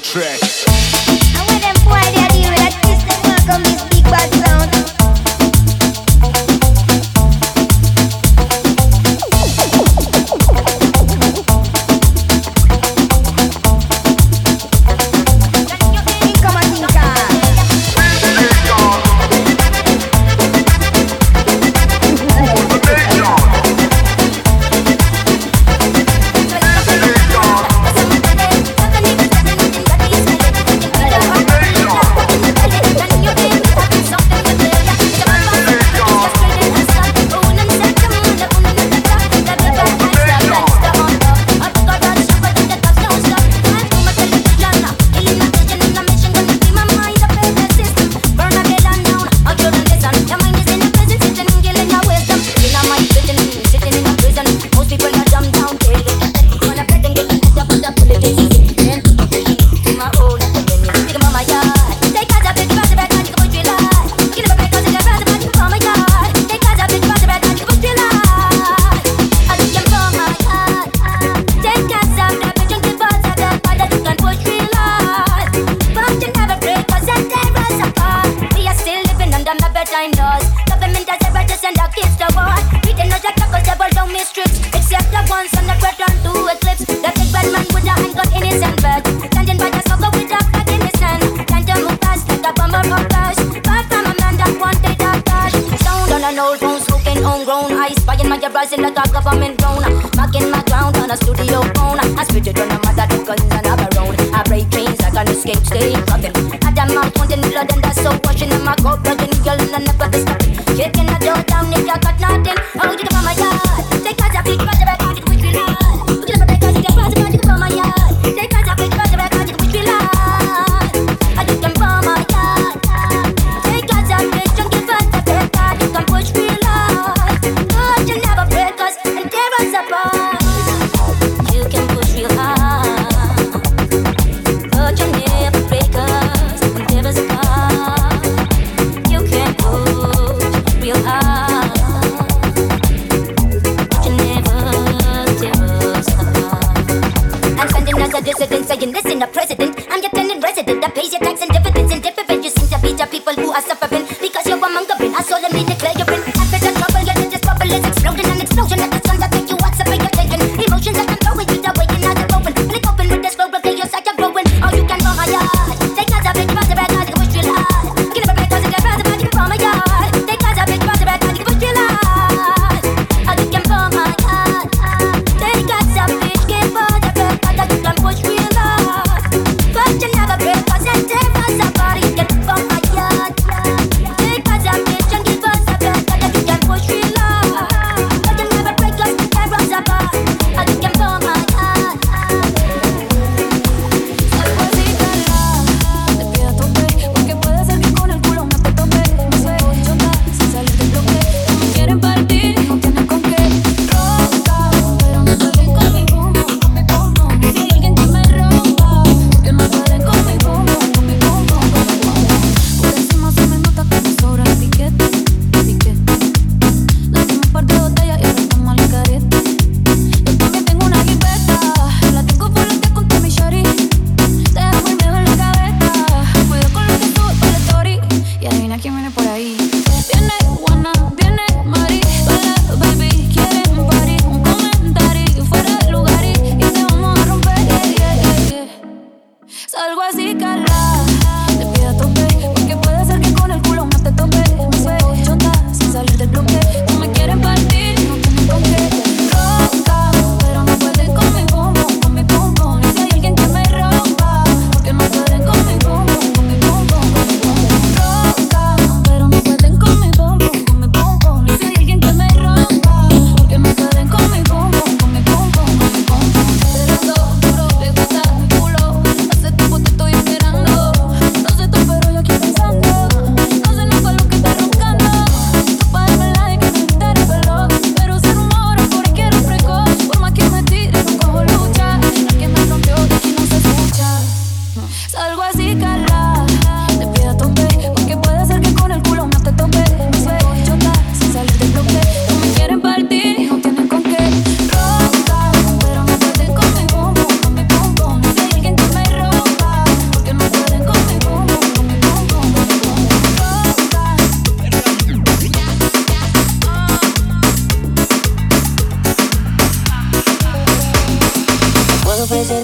track. And when them boy they deal with a twist, them welcome this big bad sound. Rising like a government drone, marking my ground on a studio phone. I spit it on a mother to guns and have a road. I break chains like an escape stage robbing. I damn mouth wanting blood and that's so washing in my coat. Blooding girl and I never be stopping. Kicking the door down, nigga got nothing. Oh, you can find my yard. Take us a big brother back on the which we lie. You can never take us to get brother back, you can find my yard. Take us a big brother back on the which we lie. You can find my yard. Take us a big chunky brother back, you can push me lie. You never break us and tear us apart. You can push real hard, but you never break us and tear us apart. You can push real hard, but you never tear us apart. I'm standing as a dissident saying listen, a president. I'm your tenant resident that pays your tax and dividends. Indifferent, you seem to be the people who are suffering because you're among the bin. I solemnly declare you're in. After the trouble, yeah, this bubble is exploding. An explosion at the sun that make you watch the pay attention. Emotions that can flow into the way you're not open. When it's open with the slow blood, your side you're growing. Oh, you can from my yard. Take us a big brother back, I can push you hard. You can never break us and get brother back, you can from my yard. Take us a big brother back, I can push you hard. Oh, you can from my yard. Take us a big brother back, I can push you hard. But you never break us and tear us apart. You can from my yard. Take us a big chunky brother back, I can push you hard. But you never break us and tear us apart. Oh, you can from my yard. Te queda tope, porque puede ser que con el culo no te tope. Me suelo chocar sin salir del bloque. No me quieren partir, no tienen con qué. Roca, pero no pueden con mi boom, con mi boom, boom. Si hay alguien que me rompa, que no pueden con mi boom, con mi boom, boom, con mi boom. Por encima se me nota que me sobra el piquete, piquete. Nos dimos un par de botellas y ahora estamos al carete. Yo también tengo una jipeta, la tengo volante contra mi shorty. Te dejo el miedo en la cabeza. Cuidado con lo que sube por la story. Y adivina quién viene por ahí. Viene Juana, viene Mari. Hola, baby, quieren un party. Un comentario fuera de lugar y te vamos a romper. Salgo así, Carla. Te pido a tope, porque puede ser que con el culo no te tope. Me suelo chota sin salir del bloque. No me quieren partir, no tienen con qué. Roca, pero no pueden con mi boom, con mi boom, boom. Y si hay alguien que me rompa, porque no pueden con mi boom, con mi boom, con mi boom. Roca, pero no pueden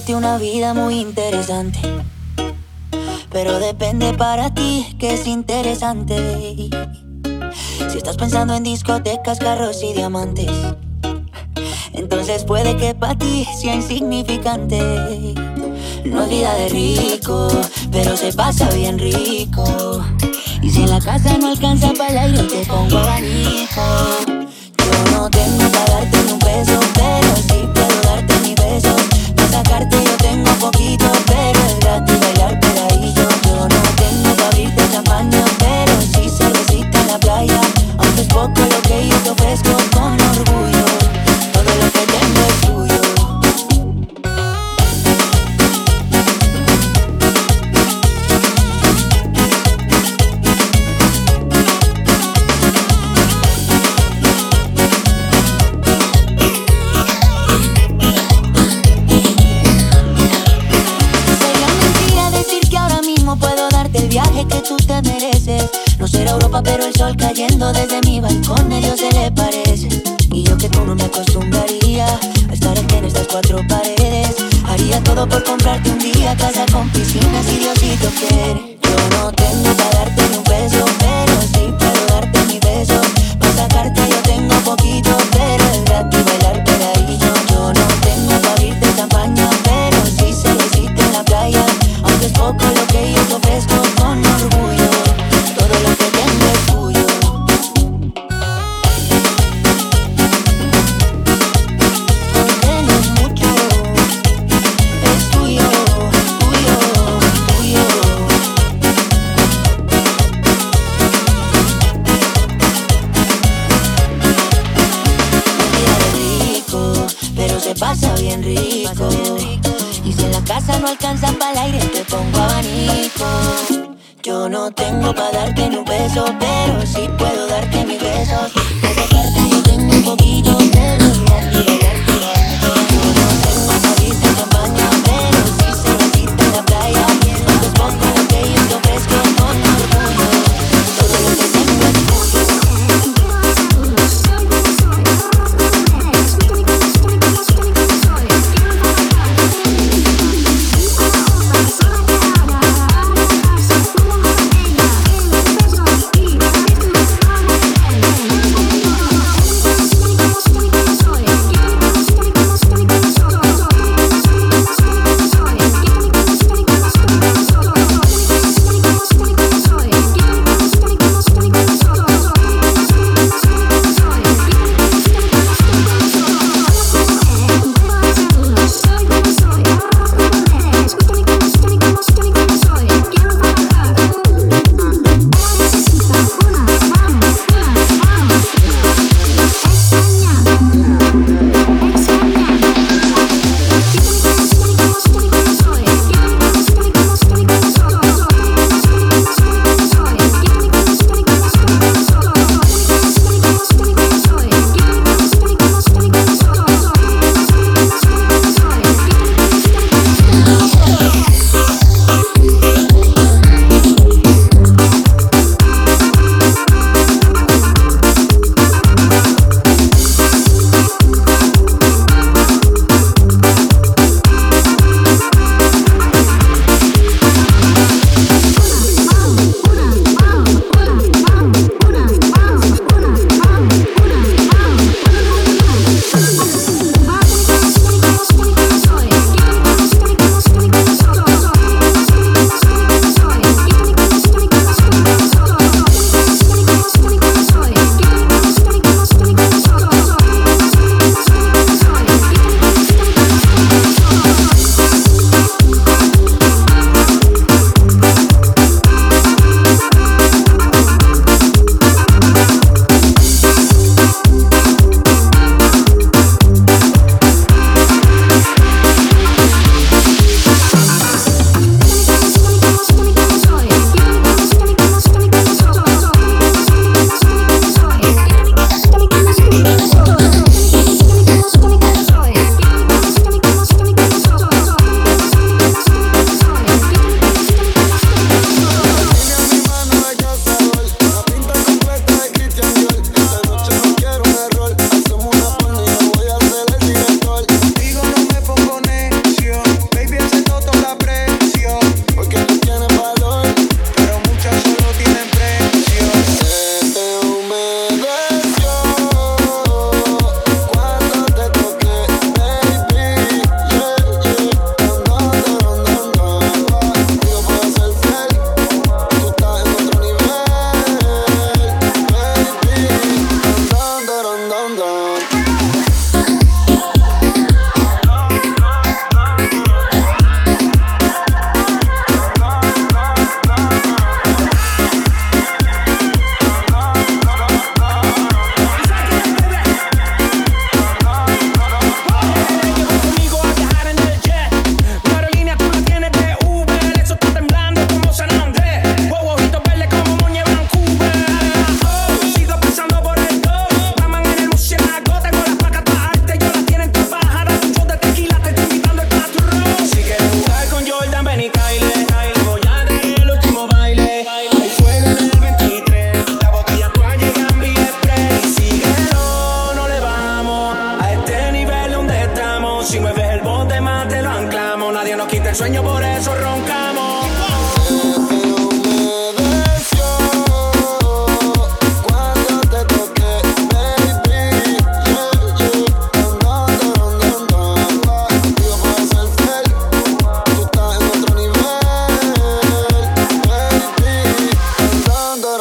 darte una vida muy interesante, pero depende para ti que es interesante. Si estás pensando en discotecas, carros y diamantes, entonces puede que para ti sea insignificante. No es vida de rico, pero se pasa bien rico. Y si en la casa no alcanza para el aire, te pongo abanico. Yo no tengo para darte ni un peso, pero sí puedo darte mis besos. Para sacarte yo tengo poquito, pero es gratis bailar pegadillo. Yo no tengo para abrirte champaña, pero sí cervecita en la playa. Aunque es poco lo que yo te ofrezco con orgullo, todo lo que tengo es tuyo. Que tú te mereces. No será Europa, pero el sol cayendo desde mi balcón a Dios se le parece. Y yo que tú no me acostumbraría a estar aquí en estas cuatro paredes. Haría todo por comprarte un día casa con piscina si Diosito quiere. Yo no tengo para darte ni un peso, pero sí puedo darte mis besos. Para sacarte yo tengo poquito, pero es gratis bailar pegadillo. Yo no tengo para abrirte champaña, pero sí cervecita en la playa. Aunque es poco lo que yo te ofrezco con orgullo, todo lo que tengo es tuyo. Porque no es mucho, es tuyo, tuyo, tuyo. Vida de rico, pero se pasa bien rico. Y si en la casa no alcanza para el aire, te pongo abanico. Yo no tengo para darte ni un beso, pero sí puedo darte mis besos. Para sacarte yo tengo un poquito, pero es gratis bailar pegadillo. Yo no tengo para abrirte champaña, pero sí cervecita en la playa. Aunque es poco lo que yo te ofrezco con orgullo, todo lo que tengo es tuyo.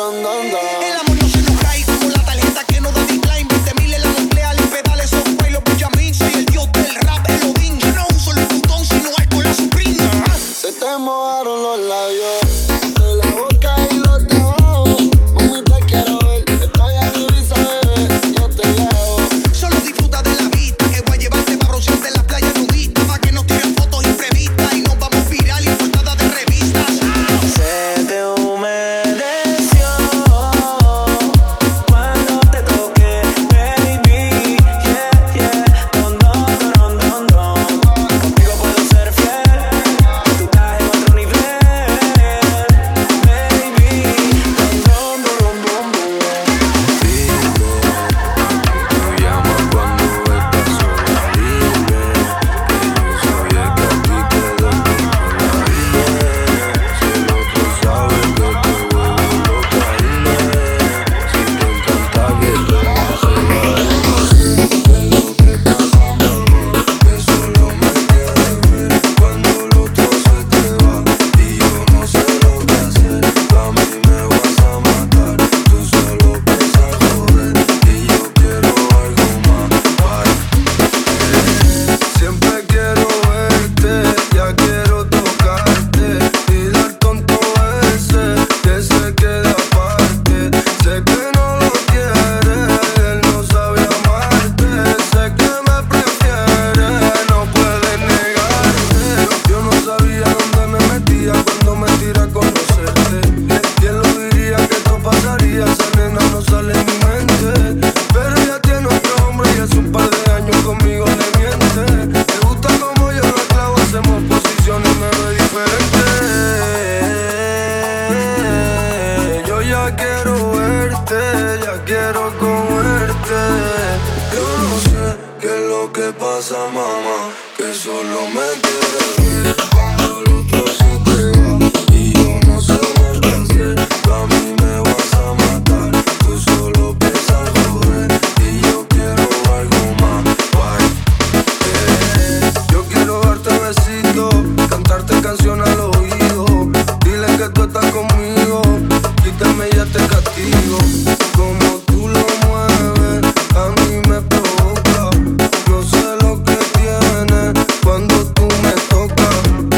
don, don, don. El amor no se nos cae como la tarjeta que no da decline. 20.000 en la nuclear, el pedales son fue los Benjamin. Soy el dios del rap, el Odín. Yo no uso el putón, sino alcohol la Supreme. Se te mojaron los labios de la boca y los de abajo. Mami, te quiero ver. Estoy en Ibiza, bebé. Yo te llevo. Solo disfruta de la vista, que voy a llevarte pa' broncearte en la playa nudista, pa' que nos tiren fotos imprevistas y nos vamos viral y en portada de revistas. Se te humedeció cuando te toqué, baby. Yeah, yeah. Don, don, don, don, don. Contigo puedo ser fiel. Tú estás en otro nivel, baby. Don, don, don, don, don. Dime, tú llamas cuando estás sola. Dime que yo soy el que a ti te doy mi cola. Dime si el otro sabe que te vuelvo loca. Dime si te encanta que te pase la emoción. Que lo que pasa, mi amor, que solo me queda ver cuando el otro se te va y yo no sé lo que hacer. A mí me vas a matar, tú solo piensas joder y yo quiero algo más. Siempre quiero verte, ya quiero tocarte y dar con todo ese que se queda aparte. Sé que no lo quieres, él no sabe amarte. Sé que me prefieres, no puedes negarte. Yo no sabía dónde me metía cuando me tiré a conocerte. ¿Quién lo diría que esto pasaría? Esa nena no sale en mi mente. Pero ella tiene otro hombre y hace un par de años conmigo le miente. Me gusta como yo la clavo, hacemos posiciones, me ve diferente. Yo ya quiero verte, ya quiero comerte. Yo no sé qué es lo que pasa, mamá, que solo me quieres ver cuando el otro se te va y yo no sé más qué hacer. Tú a mí me vas a matar, tú solo piensas joder y yo quiero algo más. Yo quiero darte besitos, cantarte canciones al oído. Dile que tú estás conmigo, quítame ya te castigo. Como tú lo mueves, a mí me provoca. No sé lo que tienes cuando tú me tocas.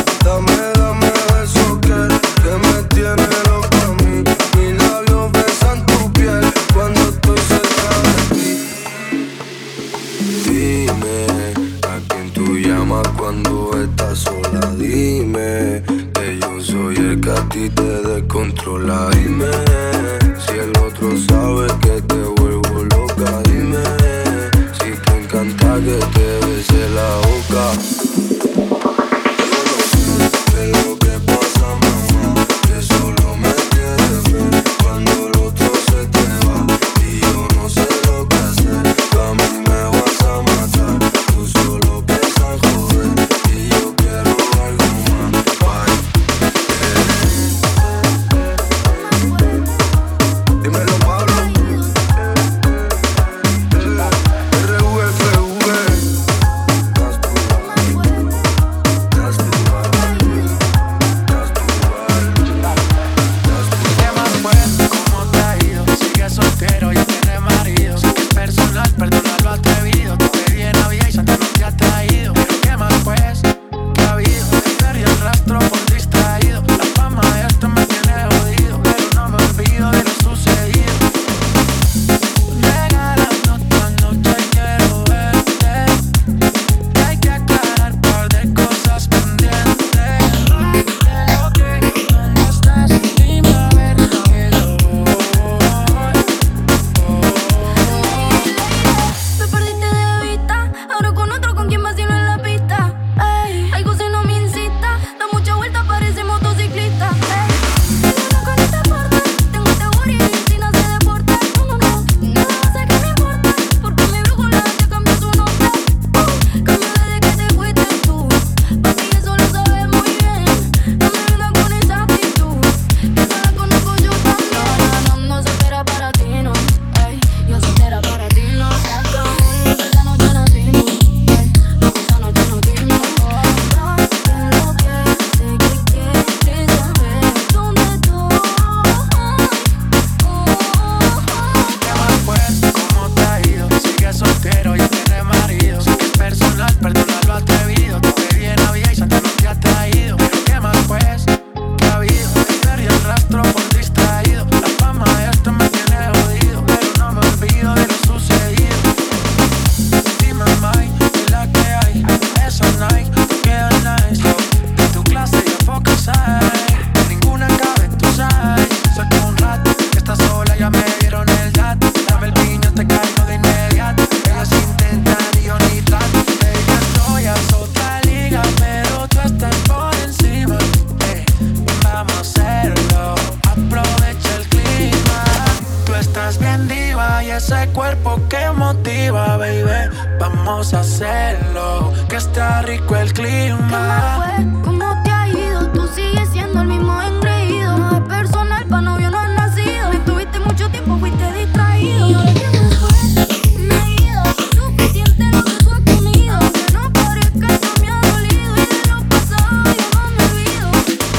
estás bien diva y ese cuerpo que motiva, baby. Vamos a hacerlo, que está rico el clima. ¿Qué más fue? ¿Cómo te ha ido? Tú sigues siendo el mismo engreído. No es personal, pa' novio no has nacido. Estuviste mucho tiempo, fuiste distraído. ¿Y ahora qué más fue? Me he ido, suficiente lo que tú has comido. Que no parezca, eso me ha dolido. Y de lo pasado yo no me olvido.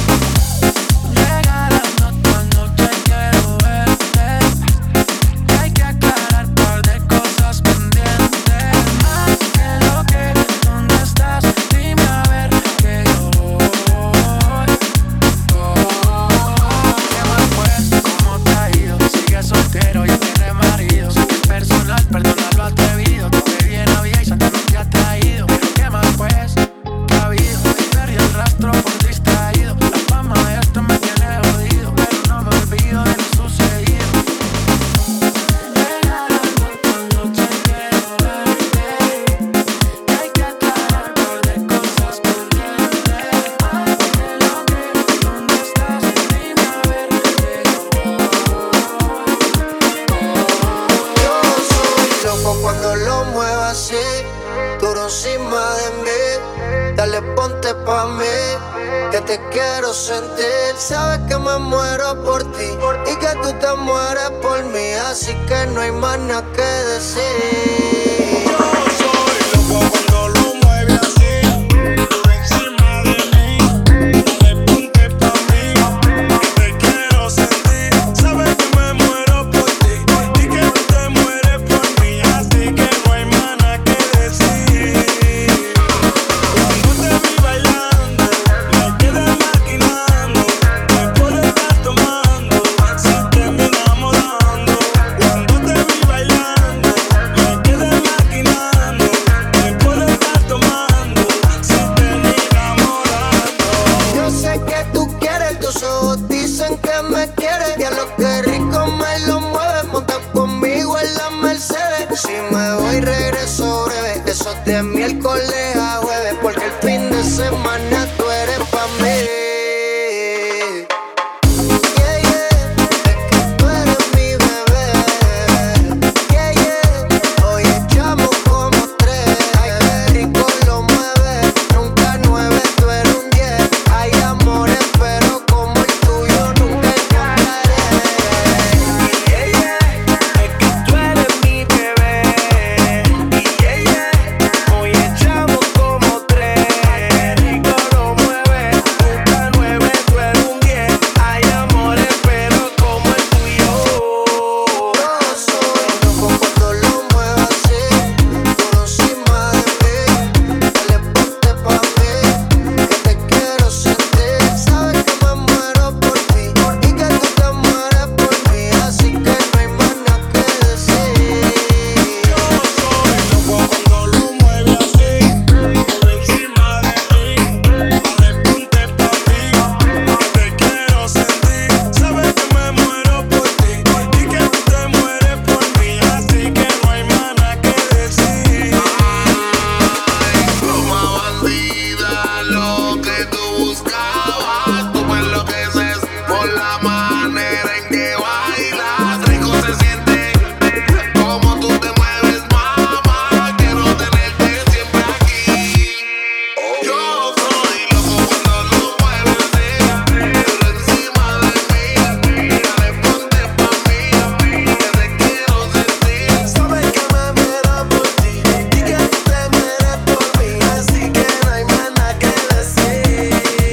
Llega la noche, quiero verte. Hay que aclarar un par de cosas pendientes. Más que lo que, ¿dónde estás? Dime a ver que yo voy. ¿Qué más pues? ¿Cómo te ha ido? Sigues soltero, ya tienes marido. Sé que es personal, perdona lo atrevido. Te ve bien había y Santa no te ha traído. Pero ¿qué más pues? ¿Qué ha habido? Perdí el rastro por distraído. La fama de esto me tiene jodido, pero no me olvido de lo sucedido. Llega la noche, quiero verte. Y hay que aclarar un par de cosas pendientes. Más que lo que, ¿dónde estás? Dime a ver que Yo soy loco cuando lo muevo así, duro encima de mí. Dale, ponte pa' mí, que te quiero sentir. Sabes que me muero por ti y que tú te mueres por mí, así que no hay más nada que decir. Yo soy loco cuando lo mueve así, duro encima de mí. Dale, ponte pa' mí, que te quiero sentir. Sabes que me muero por ti y que tú te mueres por mí, así que no hay más nada que decir. Cuando te vi bailando, me quedé maquinando. Después de estar tomando, si terminamos dando. Cuando te vi bailando, me quedé maquinando. Después de estar tomando, si terminamos dando. Yo sé que tú quieres, tus ojos dicen que me quieres. Y a lo que rico me lo mueves, monta conmigo en la Mercedes. Si me voy regreso breve, eso es de miércoles a jueves, porque el fin de semana tú eres pa' mí. Yeah, yeah, es que tú eres mi bebé. Yeah, yeah, hoy echamos como 3. Ay, qué rico lo mueves, nunca 9, tú eres un 10. Hay amores, pero como el tuyo nunca encontraré. Yeah, yeah, es que tú eres mi bebé. Yeah, yeah, hoy echamos como 3. Qué rico lo mueves, nunca 9, tú eres un 10. Hay amores, pero como el tuyo. Yo soy loco cuando lo muevo así, duro encima de mí. Dale, ponte pa' mí, que te quiero sentir. Sabes que me muero por ti y que tú te mueres por mí, así que no hay más nada que decir. Yo soy loco cuando lo mueve así, duro encima de mí. Dale, ponte pa' mí, que te quiero sentir. Sabes que me muero por ti y que tú te mueres por mí, así que no hay más nada que decir. Pluma bandida, lo que tú buscabas. Tú me enloqueces por la manera en que bailas. Rico se siente como tú te mueves, mamá. Quiero tenerte siempre aquí. Yo soy loco cuando lo mueves así, duro encima de mí. Dale, ponte pa' mí, que te quiero sentir. Sabes que me muero por ti y que tú te mueres por mí, así que no hay más nada que decir.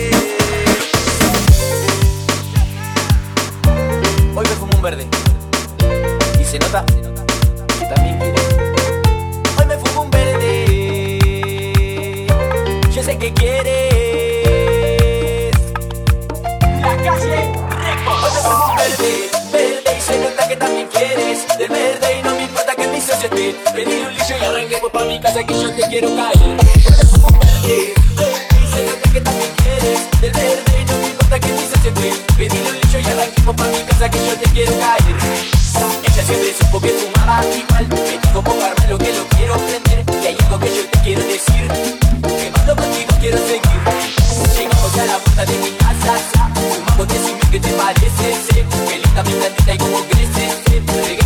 Hoy me fumo un verde y se nota que también quieres. Hoy me fumo un verde, yo sé que quieres. La calle Records. Hoy me fumo un verde, verde y se nota que también quieres. Del verde y no me importa que mi socio esté. Pedir un lillo y arranquemos pa' mi casa que yo te quiero caer. Hoy me fumo un verde, verde y se nota que también quieres. Del verde y no me importa que mi socio esté. Pedir un lillo y arranquemos pa' mi casa que yo te quiero caer. Ella siempre supo que fumaba igual. Me dijo pongarme lo que lo quiero prender. Y hay algo que yo te quiero decir, que mando contigo quiero seguir. Llegamos a la puerta de mi casa, fumamos, decime qué te parece. Qué linda, mi blandita y como creces.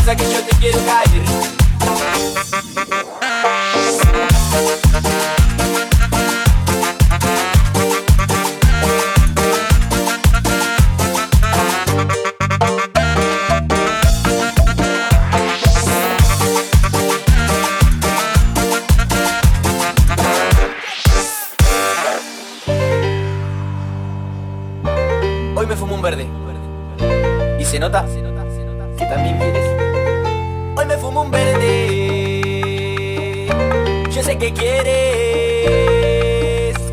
casa que yo te quiero caer. Hoy me fumo un verde y se nota que también quieres. Hoy me fumo un verde, yo sé que quieres.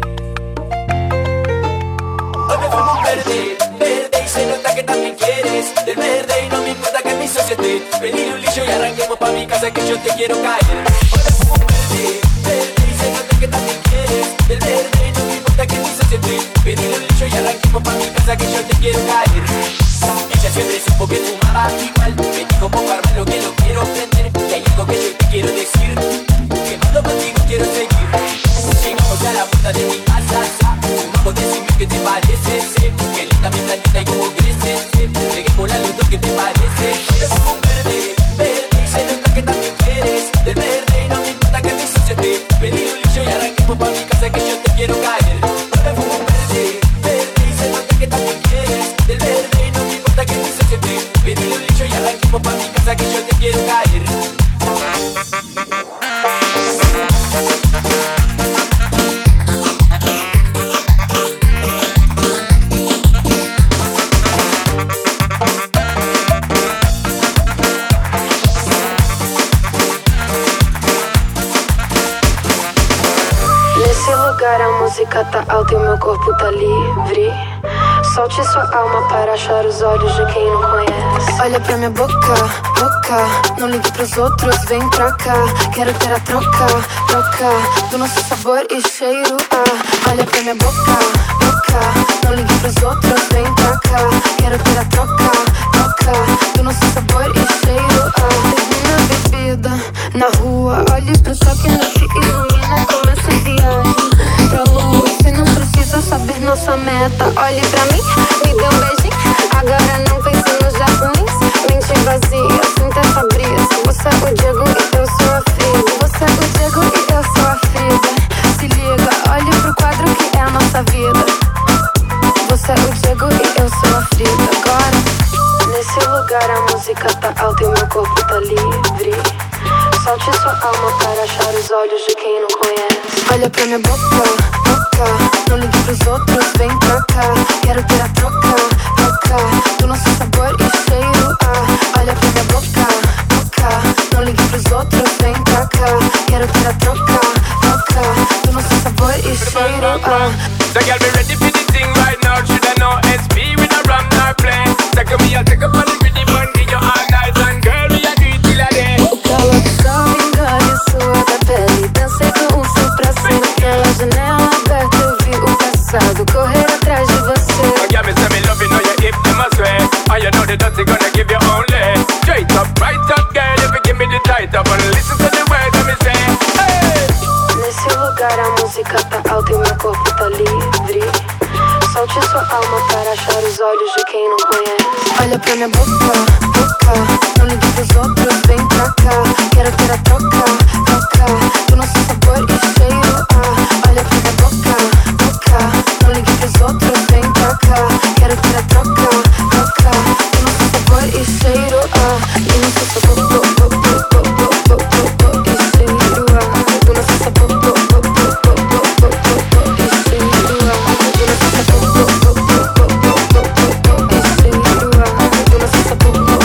Hoy me fumo un verde, verde y se nota que también quieres. Del verde y no me importa que mi socio esté. Pedir un lillo y arranquemos pa' mi casa que yo te quiero caer. Hoy me fumo un verde, verde y se nota que también quieres. Del verde y no me importa que mi socio esté. Pedir un lillo y arranquemos pa' mi casa que yo te quiero caer. Ella siempre supo que fumaba igual. Me dijo poco arma lo que lo quiero aprender. Y hay algo que yo te quiero decir, que mando contigo quiero seguir. Llegamos a la puerta de mi casa, fumamos, decime qué te parece, sé que linda mi planeta y cómo crece, lleguemos la luz, ¿qué te parece? Yo fumo un verde, verde y se nota que también quieres. Del verde y no me importa que mi socio esté. Pedí un lillo y arranquemos pa' mi casa que yo te quiero caer. Yo fumo un verde, verde y se nota que también quieres. Del verde y no me importa que mi socio esté. Pedí un lillo y arranquemos pa' mi casa que yo te quiero caer. Nesse lugar a música tá alta e o meu corpo tá livre. Solte sua alma para achar os olhos de quem não conhece. Olha pra minha boca, boca, não ligue pros outros, vem pra cá. Quero ter a troca, troca do nosso sabor e cheiro. Olha pra minha boca, boca, não ligue pros outros, vem pra cá. Quero ter a troca, troca do nosso sabor e cheiro. Termina a bebida na rua, olhe pro céu que não te ilumina. Começa a viagem pra lua, você não precisa saber nossa meta. Olhe pra mim, me dê um beijinho. Agora não pense nos japonês. Mente vazia, sinta essa brisa. Você é o Diego e eu sou a Frida. Você é o Diego e eu sou a Frida. Se liga, olhe pro quadro que é a nossa vida. Você é o Diego e eu sou a Frida. Agora, nesse lugar a música tá alta e o meu corpo tá livre. Solte sua alma para achar os olhos de quem não conhece. Olha pra minha boca, boca, não ligue pros outros, vem pra cá. Quero ter a troca, troca do nosso sabor e cheiro. Olha pra minha boca, boca, não ligue pros outros, vem pra cá. Quero ter a troca, troca do nosso sabor e cheiro. So girl, be ready for the thing right now. Should I know SP with a rum nor play? Take me, I'll take up on the rhythm and give you all night. And girl, we a do it till a day. O calor do sol engole sua da pele. Dancei com o sol pra cima. Pela janela aberta eu vi o passado correr atrás de você. Oh, yeah, me say me love you, know you hip them as well. And you know the dirty gonna give you only. Straight up, right up, girl, if you give me the tight up. And listen to the words that me say. Hey! Nesse lugar a música tá alta e o meu corpo tá livre. Solte sua alma para achar os olhos de quem não conhece. Olha pra minha boca, boca, não ligue pros outros, vem pra cá. Quero ter a troca, troca do nosso sabor e cheiro. Olha pra minha boca, boca, não ligue pros outros, vem pra cá. Quero ter a troca, troca do nosso sabor e cheiro. Do nosso sabor, e cheiro. Do nosso sabor, e cheiro.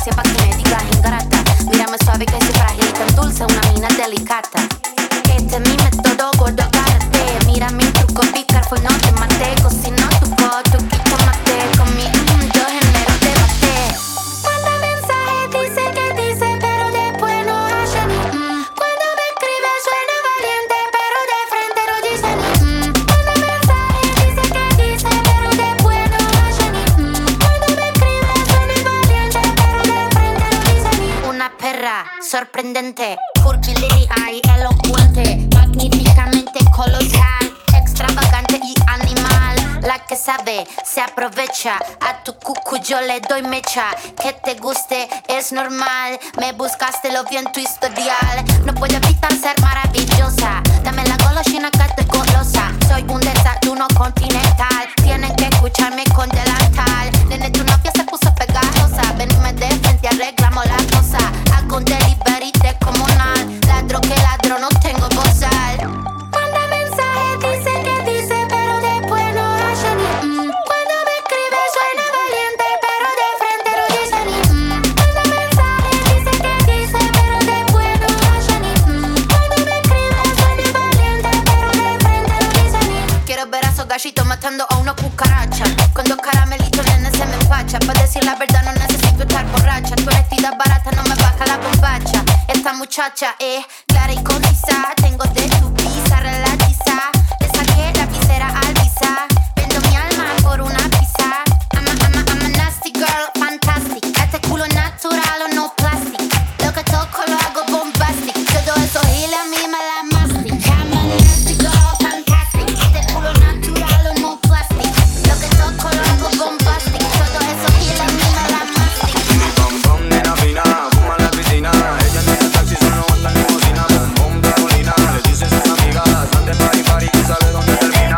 asfixia pa' que me digas ingrata. Mírame suave que soy frágil y tan dulce, una mina delicata. Que te mime todo gordo, agárrate. Mira mi truco, be careful, no te mate. Cocino tu foto, quito mate. Con mi yo genero debate. Manda mensaje, dice que dice, pero después no hace ni Cuando me escribe suena valiente, pero de frente no dice ni Manda mensaje, dice que dice, pero después no hace ni Cuando me escribe suena valiente, pero de frente no dice ni Una perra sorprendente, curvilínea y elocuente, magníficamente colosal, extravagante y animal. La que sabe se aprovecha, a tu cucu yo le doy mecha. Que te guste es normal, me buscaste, lo vi en tu historial. No puedo evitar ser maravillosa, dame la golosina que te golosa. Soy un desayuno continental, tienen que escucharme con delantal. Nene, tu novia se puso pegajosa, venime de frente, arreglamos la cosa. Hago un delivery descomunal, ladro que ladro, no tengo bozal. Manda mensaje, dice que dice, pero después no hace ni Cuando me escribe suena valiente, pero de frente no dice ni Manda mensaje, dice que dice, pero después no hace ni Cuando me escribe suena valiente, pero de frente no dice ni Quiero ver a esos gallitos matando a una cucaracha. Con 2 caramelitos, nene, se me empacha. Pa' decir la verdad no necesito estar borracha. Tu honestidad barata no me baja la bombacha. Esta muchacha es clara y concisa. Tengo de tu pizza relatiza. Le saqué la visera al visa. Vendo mi alma por una pizza. I'm a nasty girl, fantastic. Este culo natural o no plastic. Lo que toco lo hago bombastic. Todo eso gila a mí me la mastic. I'm a nasty girl, fantastic. Este culo natural o no plastic. Lo que toco lo hago bombastic. Todo eso gila a mí me la mastic. Bom bom, nena fina, fuma en la piscina. Ella en el taxi solo anda en limusina. Bom bom, Carolina, le dice a sus amigas. Ande party, que sabe dónde termina.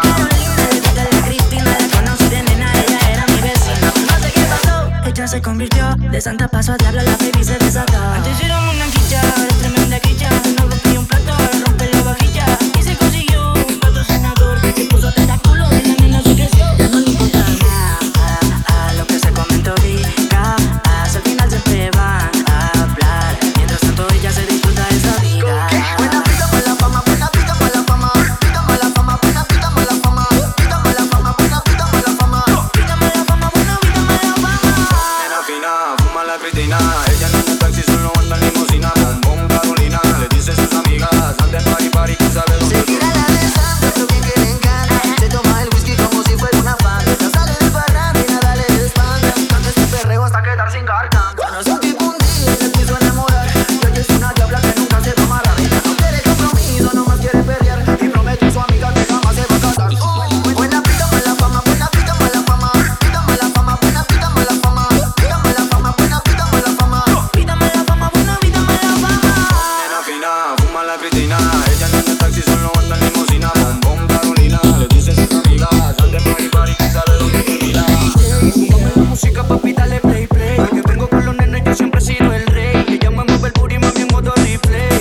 Dale, Cristina, la conocí de nena, ella era mi vecina. No sé qué pasó, ella se convirtió de santa paso a diablo, la baby se desató. Antes era una quicha, ahora es tremenda quicha. No rompí un plato, ahora rompe la vajilla. Y se consiguió un patrocinador que se puso hasta culo y la nena se creció. Ya no le importa nada, lo que se comentó diga. Al final siempre van a hablar. Mientras tanto ella se disfruta de esa vida. Buena vida para la fama, buena vida para la fama. Vida para la fama, buena vida para la fama. Vida para la fama, buena vida para la fama. Vida para la fama, buena vida para la fama. Nena fina, fuma en la Cristina. Ella no anda en taxi, solo anda en limusina. Bom bom, Carolina, le dice a sus amigas. Ande party, que sabe dónde Se tira la de sangre, lo bien que le encanta. Se toma el whisky como si fuera una fanta. Sale del parranda y nada le espanta. Canta este perreo hasta quedar sin garganta. Conoce un tipo un día y se quiso enamorar. Y ella es una diabla que nunca se va a amarrar. Ella no quiere compromiso, nomás quiere pelear. Y promete a su amiga que jamás se va a casar. Buena vida para la fama, buena vida para la fama. Vida para la fama, buena vida para la fama. Vida para la fama, buena vida para la fama. Vida para la fama, buena vida para la fama. Nena fina, fuma en la Cristina. Ella no anda en taxi, solo anda en limusina. Bom bom, Carolina, le dice a sus amigas. Ande party, que sabe dónde termina. Póngame la música, papi, dale play, play. Que vengo con los nenes, yo siempre he sido el rey. Ella me mueve el booty, mami, en modo replay.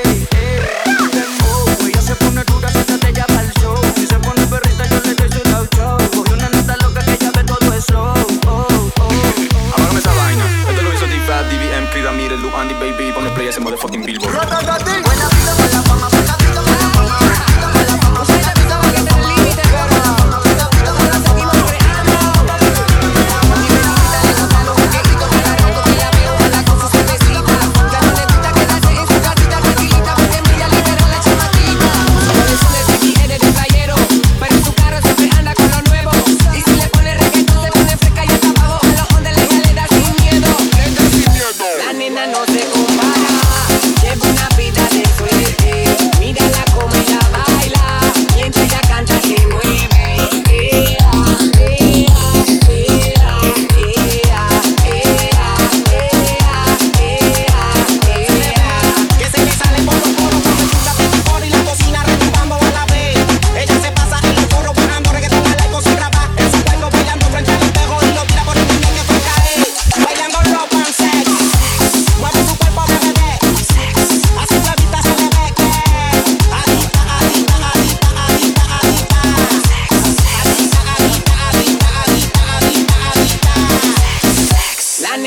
Dembow, ella se pone dura, siéntate ya pa'l show. Si se pone perrita, yo le doy su love show. Cogí una nota loca que ella ve todo es slow. Apágame esa vaina. Esto lo hizo D-Fat, DVM, Frida Mire, Lu, Andy, baby. Ponle play a ese motherfucking billboard. Buena vida para la fama, buena vida para la fama. Vida para la fama, buena vida para la fama. Vida para la fama, buena vida para la fama. La nena no se compara, lleva una vida de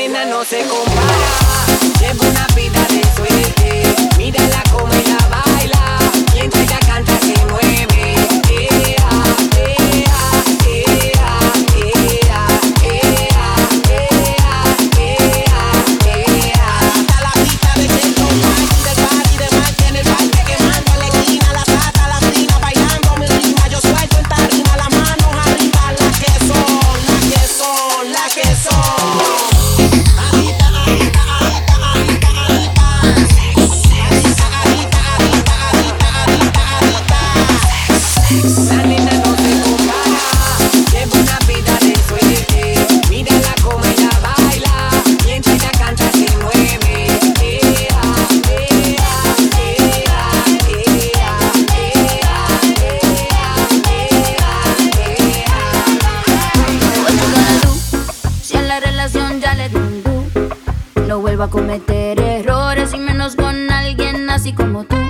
nena no se compara. Lleva una vida de suerte. Mírala como ella baila. Mientras ella canta se mueve. Va a cometer errores y menos con alguien así como tú,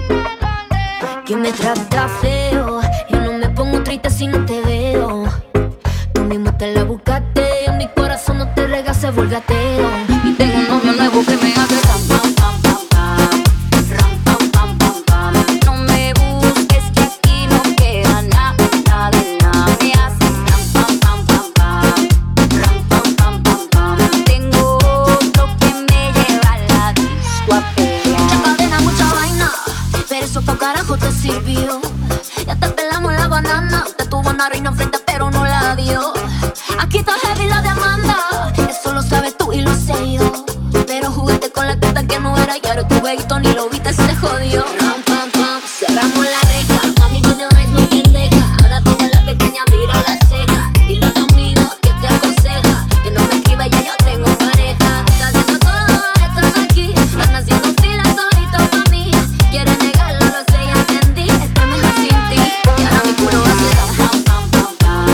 que me trata feo. Yo no me pongo triste si no te veo. Tú mismo te la buscaste, en mi corazón no te rega ese volgateo. Y tengo un novio nuevo que me hace ram pam pam pam pam, ram pam pam pam pam. No me busques que aquí no queda nada de nada. Me haces ram pam pam pam pam, ram pam pam pam pam. Tengo otro que me lleva a la disco a pelear. Mucha cadena, mucha vaina, pero eso pa' carajo te sirvió. Ya te pelamos la banana, te tuvo una reina enfrente pero no la dio. Aquí está heavy la demanda, eso lo sabes tú y lo sé yo. Pero jugaste con la carta que no era y ahora tu veguito ni lo viste, se jodió. Ram pam pam, cerramos la reja, mami tú no eres no pendeja. Ahora tú eres la pequeña, mira la ceja. Dile a tu amigo que te aconseja, que no me escriba ya yo tengo pareja. Estás haciendo todo, estás aquí, están haciendo fila solito pa' mí. Quieres negarlo, lo sé, ya entendí. Estoy mejor sin ti, y ahora mi culo va a ser ram pam pam pam pam.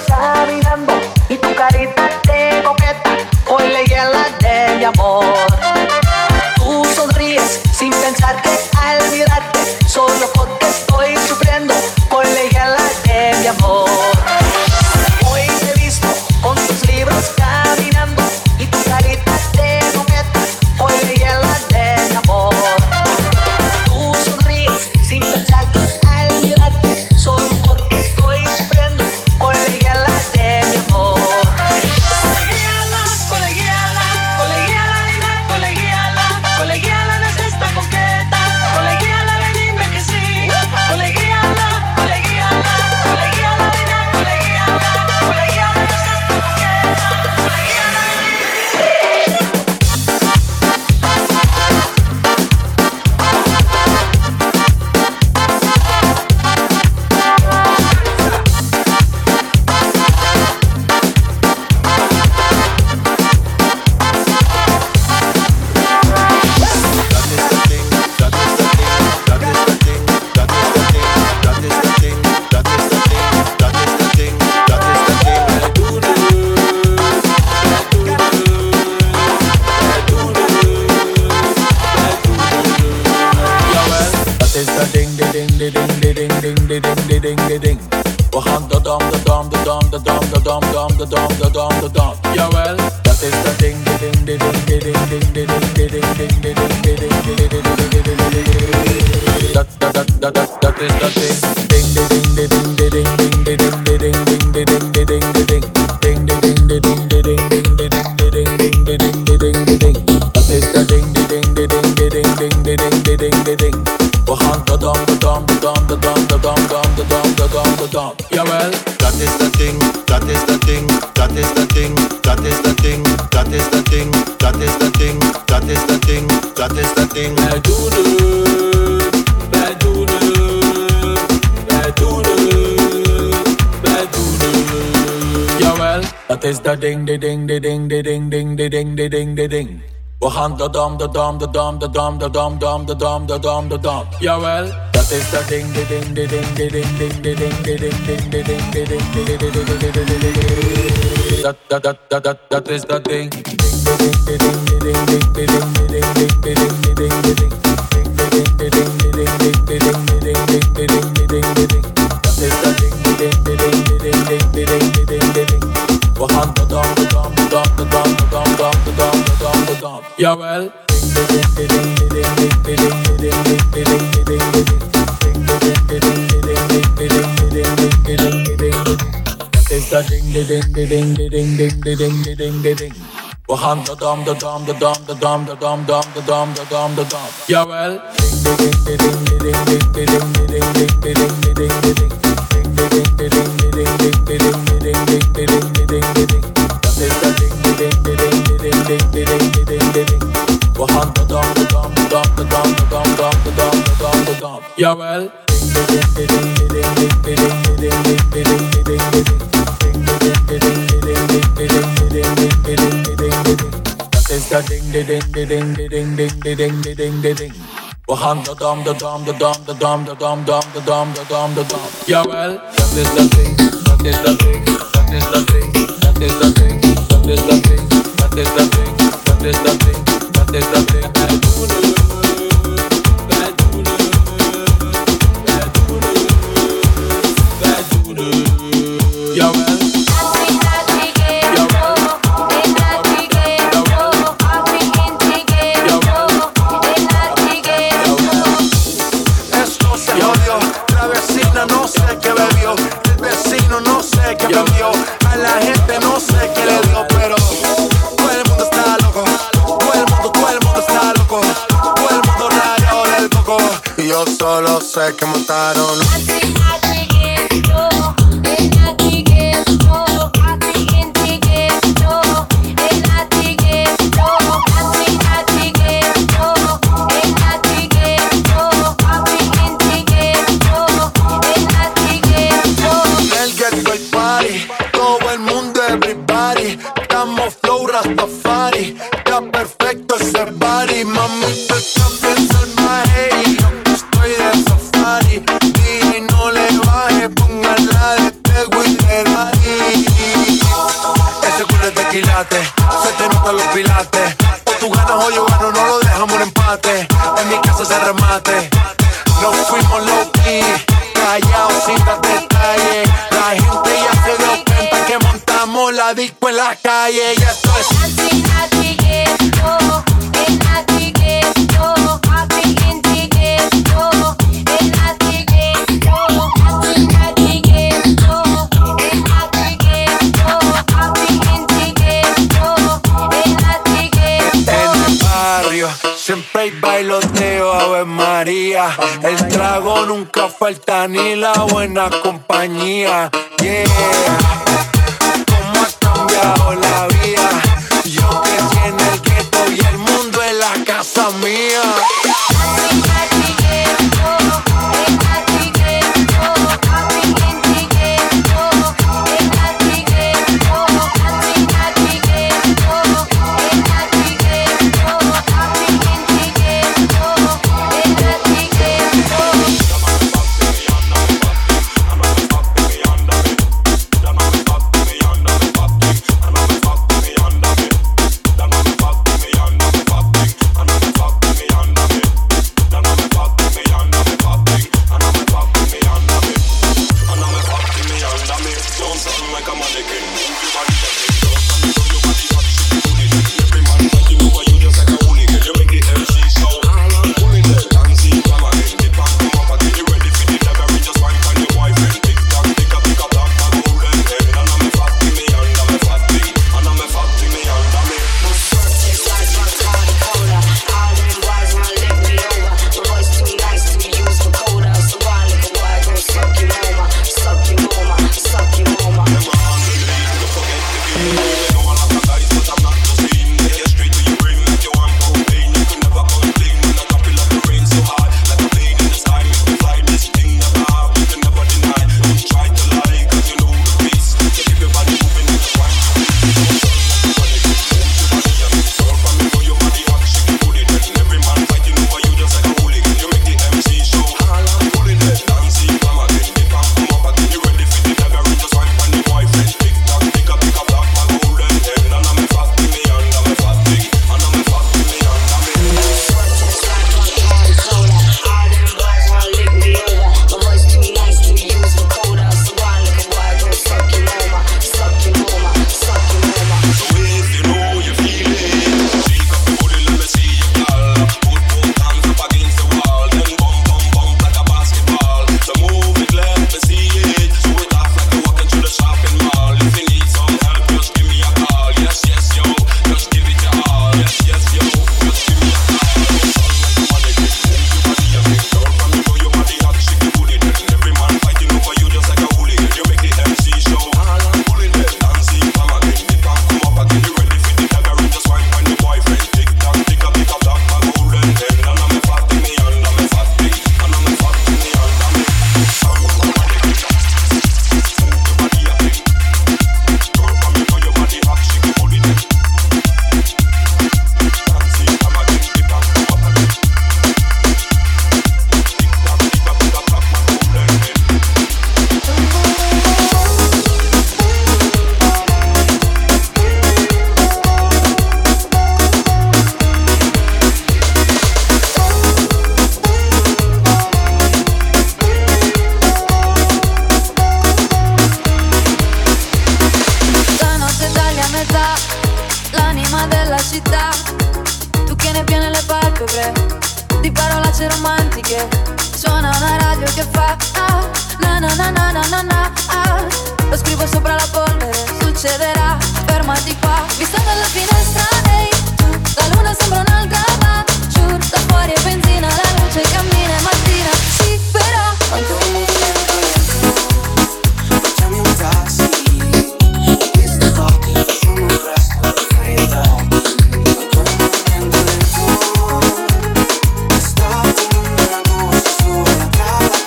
caminando y tu carita de coqueta hoy le llena de mi amor. Tú sonríes sin pensar que al mirarte solo porque estoy sufriendo hoy le llena de mi amor. Hoy te he visto con tus libros caminando y tu carita de coqueta hoy le llena de mi amor. Tú sonríes sin pensar que al mirarte solo porque estoy sufriendo hoy le llena de mi amor. Colegiala, no es esta coqueta. Colegiala, ven dime que sí. Colegiala, ven a colegiala. Colegiala, no es esta coqueta. Colegiala, We gaan de dam, de dam, de dam, de dam, de dam, dam, de dam, de dam, de dam. Jawel, dat is dat ding, de ding, de ding, de ding, ding, de ding, de ding, de ding, de ding, de ding, de ding. Dat is dat ding. Ding, de ding, de ding, de ding, ding, de ding, de ding, ding, de ding, de ding, de ding. Ding, de ding, de ding, de ding, ding, de ding, de ding, ding, de ding, de ding, de ding. Dat is dat ding, de ding, de ding, de ding, ding, de ding, de ding, de ding. We gaan de dam, de dam, de dam, de dam, de dam, de dam, de dam, de dam. Jawel, dat is dat ding, dat is dat ding, dat is dat ding, dat is dat ding, dat is dat ding, dat is dat ding, dat is dat ding, dat is dat ding. Wij doen het, wij doen het, wij doen het, wij doen het. Jawel, dat is dat ding, de ding, de ding, de ding, ding, de ding, de ding, de ding. We gaan de dam, de dam, de dam, de dam, de dam, dam, de dam, de dam, de dam. Jawel, dat is dat ding, de ding, de ding, de ding, ding, de ding, de ding, ding, de ding, de ding, de ding, de ding. Dat is dat ding. We gaan de dam, de dam, de dam, de dam, de dam, de dam, de dam, de dam. Jawel. Is dat ding, de ding, de ding, de ding, ding, de ding, de ding, de ding. We gaan de dam, de dam, de dam, de dam, de dam, dam, de dam, de dam, de dam. Jawel. We gaan de dam, de dam, de dam, de dam, de dam, dam, de dam, de dam, de dam. Jawel. Dat is dat ding, de ding, de ding, de ding, ding, de ding, de ding, de ding. We gaan de dam, de dam, de dam, de dam, de dam, dam, de dam, de dam, de dam. Jawel, dat is dat ding, dat is dat ding, dat is dat ding, dat is dat ding, dat is dat ding, dat is dat ding, dat is dat ding, dat is dat ding. Wij doen het, wij doen het, wij doen het, wij doen het. Jawel. No sé qué bebió, el vecino no sé qué cambió, a la gente no sé qué le dio, pero todo el mundo está loco, todo el mundo está loco, todo el mundo rayado del coco, y yo solo sé que montaron. Todo el mundo, everybody, estamos flow Rastafari, está perfecto ese body, mami, tú estás bien salvaje, yo estoy de safari, y no le baje, póngala de Tego y de Daddy. quilates, se te notan los pilates. O tú ganas o yo gano, no lo dejamos en empate. En mi casa se remate. Nos fuimos low-key, callados sin dar detalles. La gente ya se dio cuenta que montamos la disco en la calle. Y esto es siempre hay bailoteo, Ave María. El trago nunca falta ni la buena compañía. Yeah, cómo ha cambiado la vida. Yo crecí en el gueto y el mundo es la casa mía.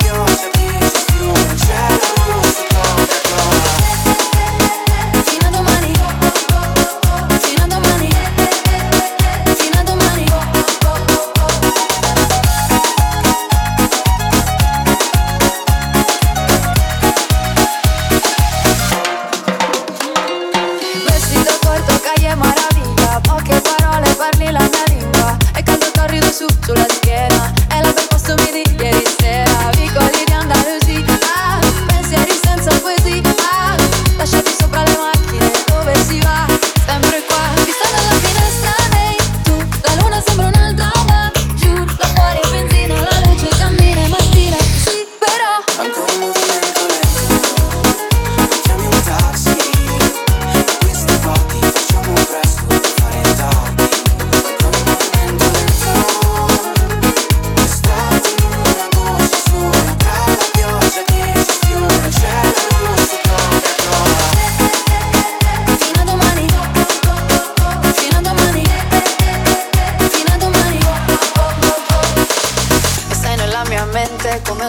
Fino a domani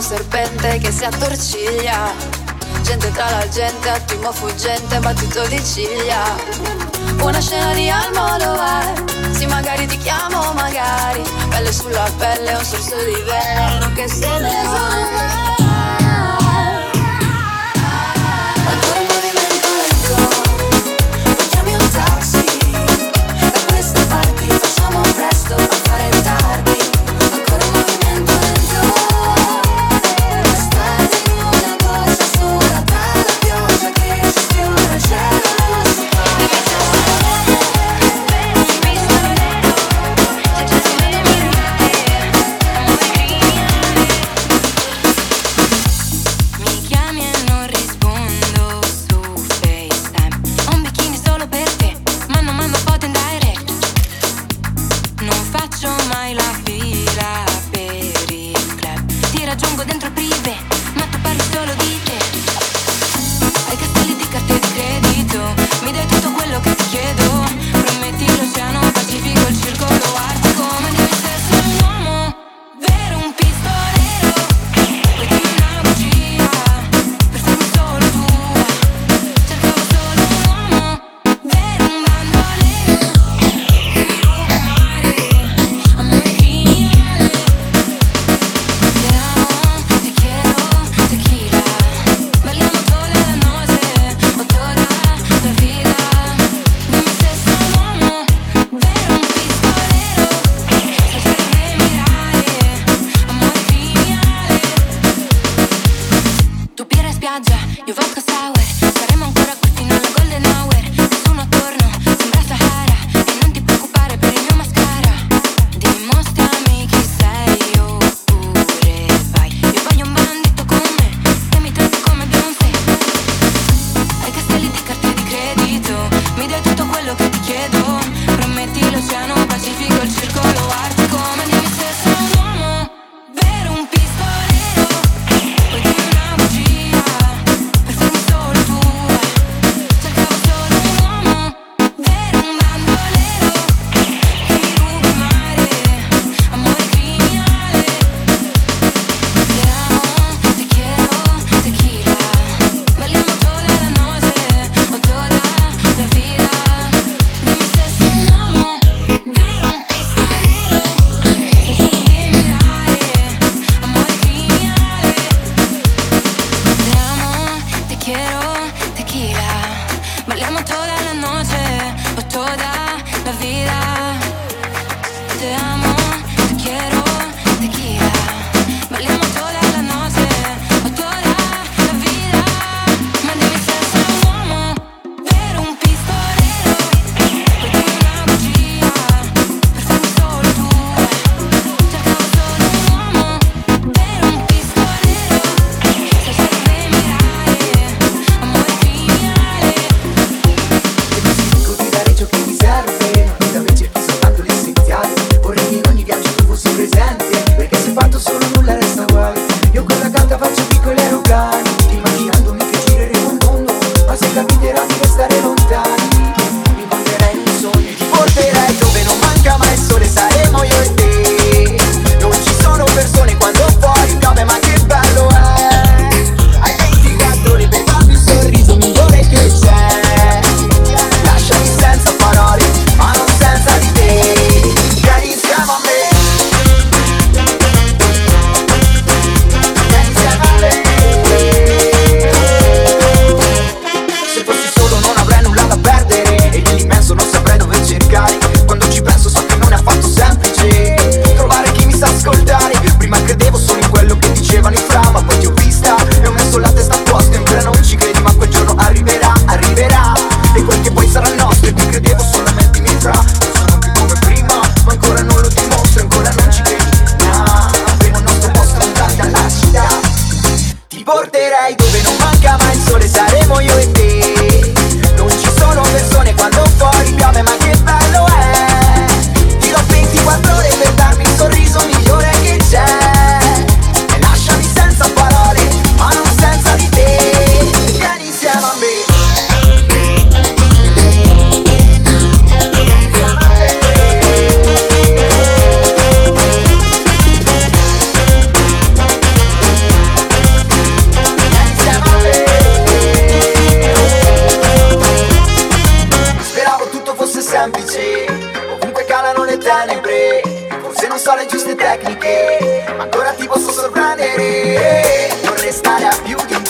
serpente che si attorciglia. Gente tra la gente, attimo fuggente, battito di ciglia. Una scena di Almodovar. Sì, magari ti chiamo, magari. Pelle sulla pelle, un sorso di veleno che se ne va. Presto a fare tardi, ancora un movimento lento. L'estate di una cosa sola tra la pioggia che si sfiora il cielo nello Mi chiami e non rispondo su FaceTime. Ho un bikini solo per te, ma non mando foto in direct. Non faccio mai la fila per il club. Ti raggiungo dentro il privé, ma tu parli solo di te. Hai castelli di carte di credito, mi dai tutto quello che ti chiedo. Prometti l'oceano Pacifico, il circolo artico. Ma dimmi se sei un uomo vero, un pistolero. Puoi dirmi una bugia, per farmi solo tua. Cercavo solo un uomo vero, un bandolero. Che mi ruba il mare, amore criminale. Te amo, te quiero, tequila. Balliamo toda la noche, o toda la vida. Dimmi se sei un uomo vero, un pistolero. Sapermi mirare, amore criminale. Tu birra in spiaggia, io vodka sour. Saremo ancora qui fino alla golden hour. Nessuno attorno, sembra Sahara. E non ti preoccupare per il mio mascara. Dimostrami chi sei oppure vai. Io voglio un bandito con me, che mi tratti come Beyoncé. Hai castelli di carte di credito, mi dai tutto quello che ti chiedo. Prometti l'oceano Pacifico, il circolo artico. Ma dimmi se sei un uomo vero, un pistolero. Puoi dirmi una bugia, per farmi solo tua. Cercavo solo un uomo vero, un bandolero. Che mi ruba il mare, amore criminale. Te amo, te quiero, tequila. Balliamo toda la noche, o toda la vida. Dimmi se sei un uomo vero, un pistolero. Sapermi mirare, amore criminale. Te amo, te quiero, tequila. Balliamo toda la noche, o toda la vida. Te amo, te quiero, tequila. Balliamo toda la noche, o toda la vida. Ma dimmi se sei un uomo vero, un pistolero. Puoi dirmi una bugia, per farmi solo tua. Cercavo solo un uomo vero, un pistolero. Sapermi mirare, amore criminale. Dico di dare ciò che mi serve, da invece soltanto l'essenziale. Vorrei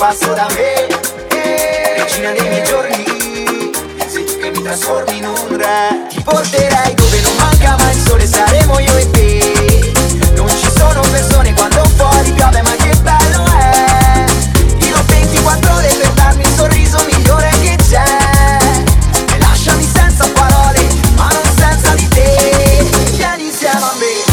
passo da me, regina dei miei giorni. Sei tu che mi trasformi in un re. Ti porterai dove non manca mai il sole, saremo io e te. Non ci sono persone quando fuori piove, ma che bello è. Io ho 24 ore per darmi il sorriso migliore che c'è. E lasciami senza parole, ma non senza di te. Vieni insieme a me.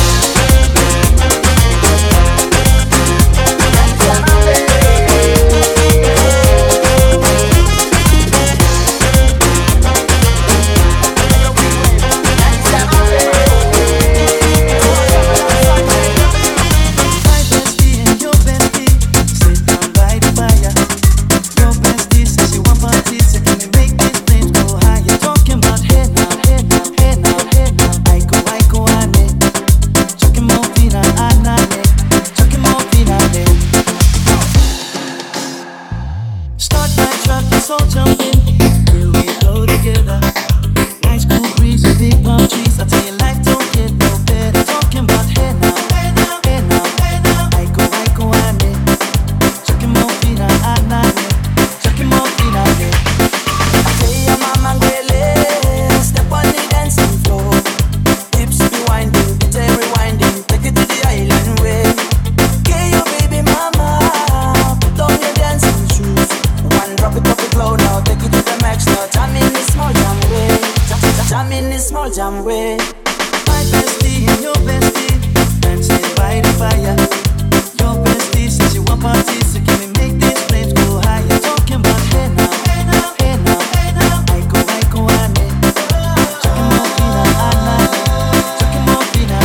Jam way. My bestie and your bestie dancing by the fire. Your bestie says you want parties, so can we make these flames go higher? Talking about hey now, hey now, hey now, hey now. I go, ane. Talking more fina, talking more fina,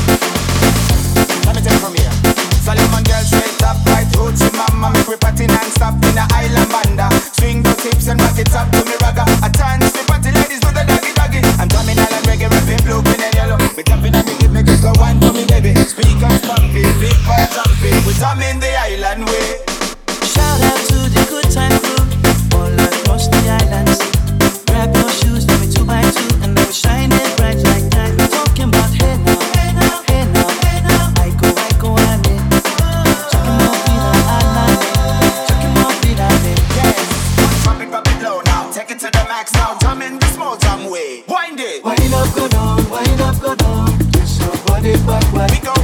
Let me take it from here. Solomon girl straight up, right roots in mama. Make we party non-stop in the island banda. Swing those hips and rock it up to me ragga. A dance the party ladies do the doggy doggy. I'm drumming all and reggae, rapping blue, green and yellow. We jumping and we make it go wine for me, baby. Speakers pumping, big fire jumping. We drumming the island way. Shout out to the good time crew all across the islands. Grab your shoes, let me 2 by 2, and they will shine it bright like diamond. Talking about hey now, hey now, hey now, hey now. I go, ane. Talking more fina, talking more fina, Yes, pop it low now. Take it to the max now. Drumming the small jam way. Wind it. Wind up, go down, wind up, go down. Twist your body backward. We go